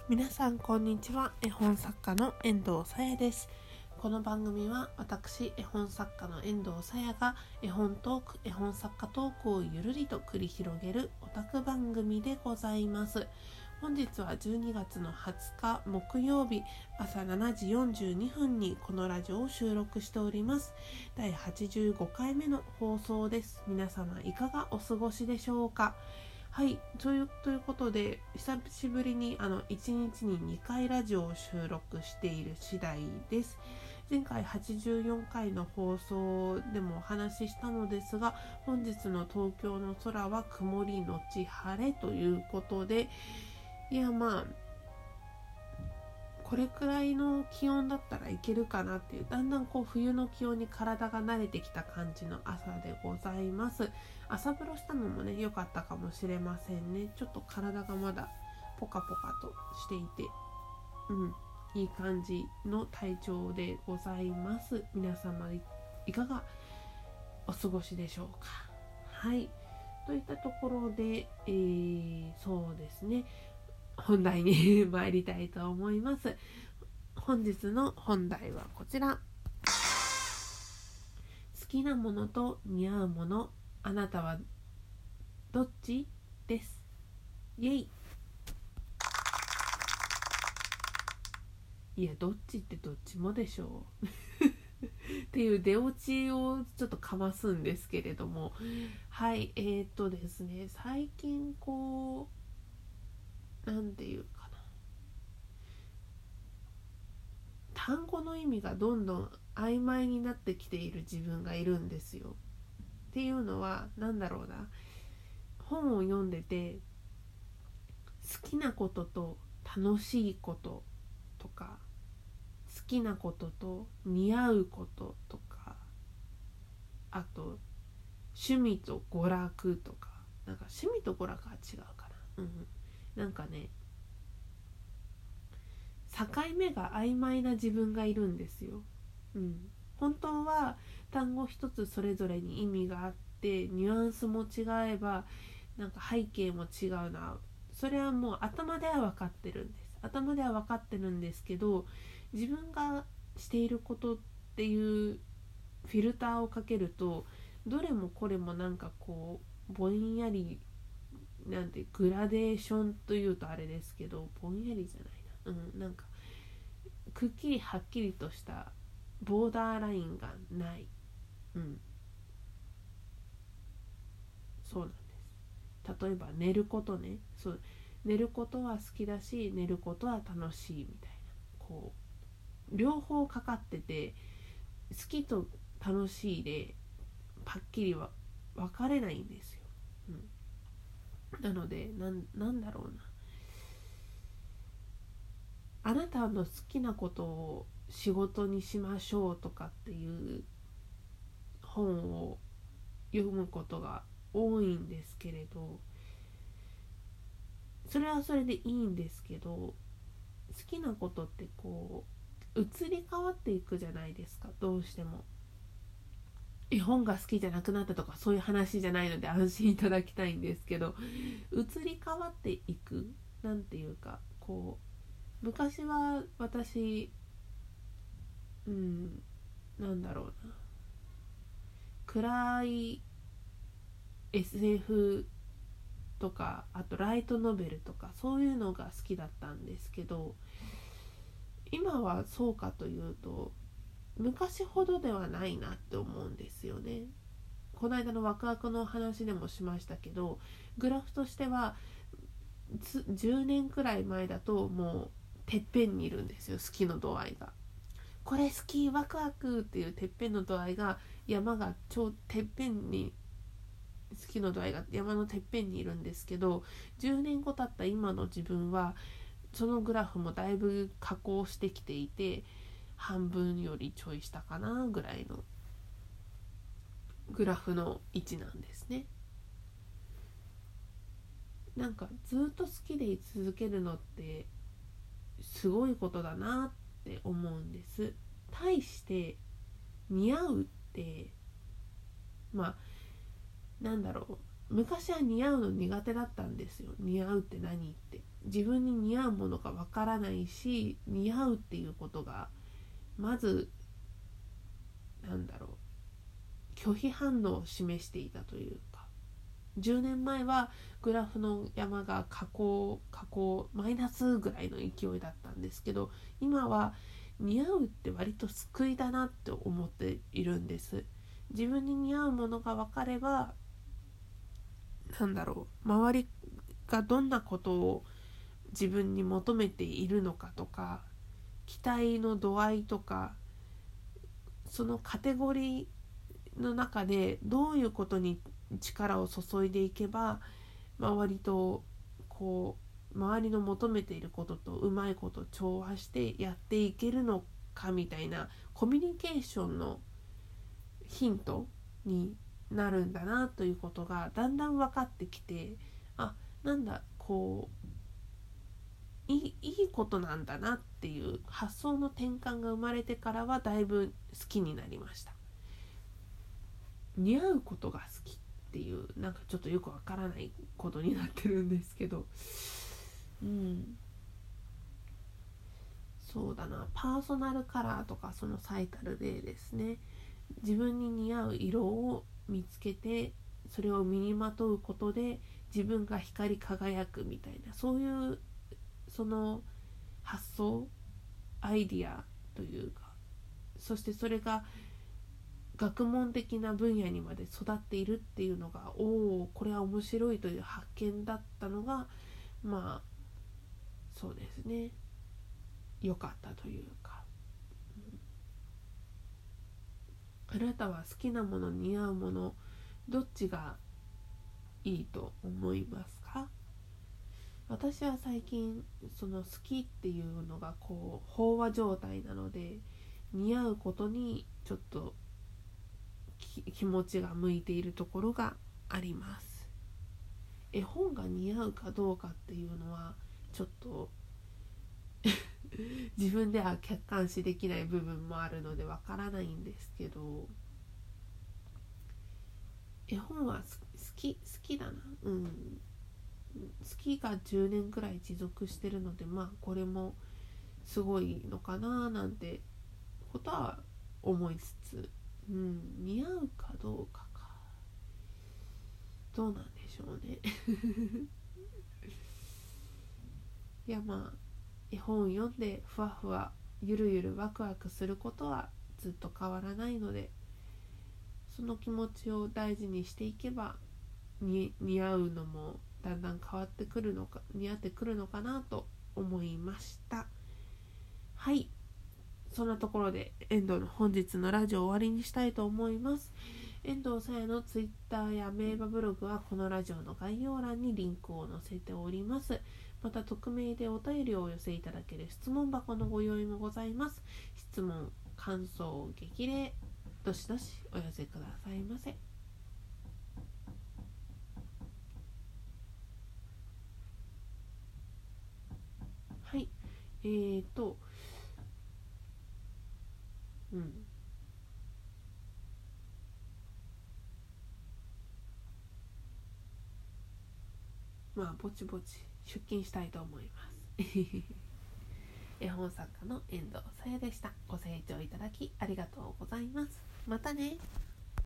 皆さんこんにちは。絵本作家の遠藤さやです。この番組は私絵本作家の遠藤さやが絵本トーク、絵本作家トークをゆるりと繰り広げるオタク番組でございます。本日は12月の20日木曜日朝7時42分にこのラジオを収録しております。第85回目の放送です。皆様いかがお過ごしでしょうか。はい、ということで久しぶりに1日に2回ラジオを収録している次第です。前回84回の放送でもお話ししたのですが、本日の東京の空は曇りのち晴れということで、これくらいの気温だったらいけるかなっていう、だんだん冬の気温に体が慣れてきた感じの朝でございます。朝風呂したのもね良かったかもしれませんね。ちょっと体がまだポカポカとしていて、いい感じの体調でございます。皆様いかがお過ごしでしょうか。はい、といったところで、そうですね、本題に参りたいと思います。本日の本題はこちら。好きなものと似合うもの、あなたはどっちです。イエイ。いや、どっちってどっちもでしょうっていう出落ちをちょっとかますんですけれども、はい、ですね、最近なんていうかな、単語の意味がどんどん曖昧になってきている自分がいるんですよ。っていうのは本を読んでて好きなことと楽しいこととか、好きなことと似合うこととか、あと趣味と娯楽とか、趣味と娯楽は違うかな、境目が曖昧な自分がいるんですよ。本当は単語一つそれぞれに意味があって、ニュアンスも違えば背景も違うな、それはもう頭では分かってるんですけど、自分がしていることっていうフィルターをかけると、どれもこれもぼんやり、グラデーションというとあれですけど、ぼんやりじゃないな、くっきりはっきりとしたボーダーラインがない。そうなんです。例えば寝ることね。寝ることは好きだし、寝ることは楽しいみたいな、両方かかってて、好きと楽しいではっきりは分かれないんですよ。なのでなんだろうな、あなたの好きなことを仕事にしましょうとかっていう本を読むことが多いんですけれど、それはそれでいいんですけど、好きなことって移り変わっていくじゃないですか。どうしても絵本が好きじゃなくなったとかそういう話じゃないので安心いただきたいんですけど、移り変わっていく、昔は私暗い SF とか、あとライトノベルとかそういうのが好きだったんですけど、今はそうかというと昔ほどではないなって思うんですよね。この間のワクワクの話でもしましたけど、グラフとしては10年くらい前だともうてっぺんにいるんですよ、好きの度合いが。これ好き、ワクワクっていうてっぺんの度合いが、山がてっぺんに、好きの度合いが山のてっぺんにいるんですけど、10年後経った今の自分はそのグラフもだいぶ下降してきていて、半分よりちょい下かなぐらいのグラフの位置なんですね。ずっと好きでい続けるのってすごいことだなって思うんです。対して似合うって昔は似合うの苦手だったんですよ。似合うって何って自分に似合うものがわからないし、似合うっていうことがまず拒否反応を示していたというか、10年前はグラフの山が下降マイナスぐらいの勢いだったんですけど、今は似合うって割と救いだなって思っているんです。自分に似合うものが分かれば、周りがどんなことを自分に求めているのかとか、期待の度合いとか、そのカテゴリーの中でどういうことに力を注いでいけば周りと周りの求めていることとうまいこと調和してやっていけるのかみたいなコミュニケーションのヒントになるんだなということがだんだん分かってきて、いいことなんだなっていう発想の転換が生まれてからはだいぶ好きになりました。似合うことが好きっていうちょっとよくわからないことになってるんですけど、そうだな、パーソナルカラーとかその最たる例ですね。自分に似合う色を見つけてそれを身にまとうことで自分が光り輝くみたいな、そういうその発想アイディアというか、そしてそれが学問的な分野にまで育っているっていうのが、これは面白いという発見だったのが、そうですね、良かったというか、あなたは好きなもの、似合うもの、どっちがいいと思いますか？私は最近その好きっていうのが飽和状態なので、似合うことにちょっと気持ちが向いているところがあります。絵本が似合うかどうかっていうのはちょっと自分では客観視できない部分もあるのでわからないんですけど、絵本は好きだな。好きが10年くらい持続してるので、これもすごいのかななんてことは思いつつ、似合うかどうかどうなんでしょうねいや、絵本読んでふわふわゆるゆるワクワクすることはずっと変わらないので、その気持ちを大事にしていけば似合うのもだんだん変わってくるのか、似合ってくるのかなと思いました。はい、そんなところで遠藤の本日のラジオを終わりにしたいと思います。遠藤さやのツイッターや名馬ブログはこのラジオの概要欄にリンクを載せております。また匿名でお便りをお寄せいただける質問箱のご用意もございます。質問、感想、激励、どしどしお寄せくださいませ。はい、ぼちぼち出勤したいと思います絵本作家の遠藤さやでした。ご清聴いただきありがとうございます。またね。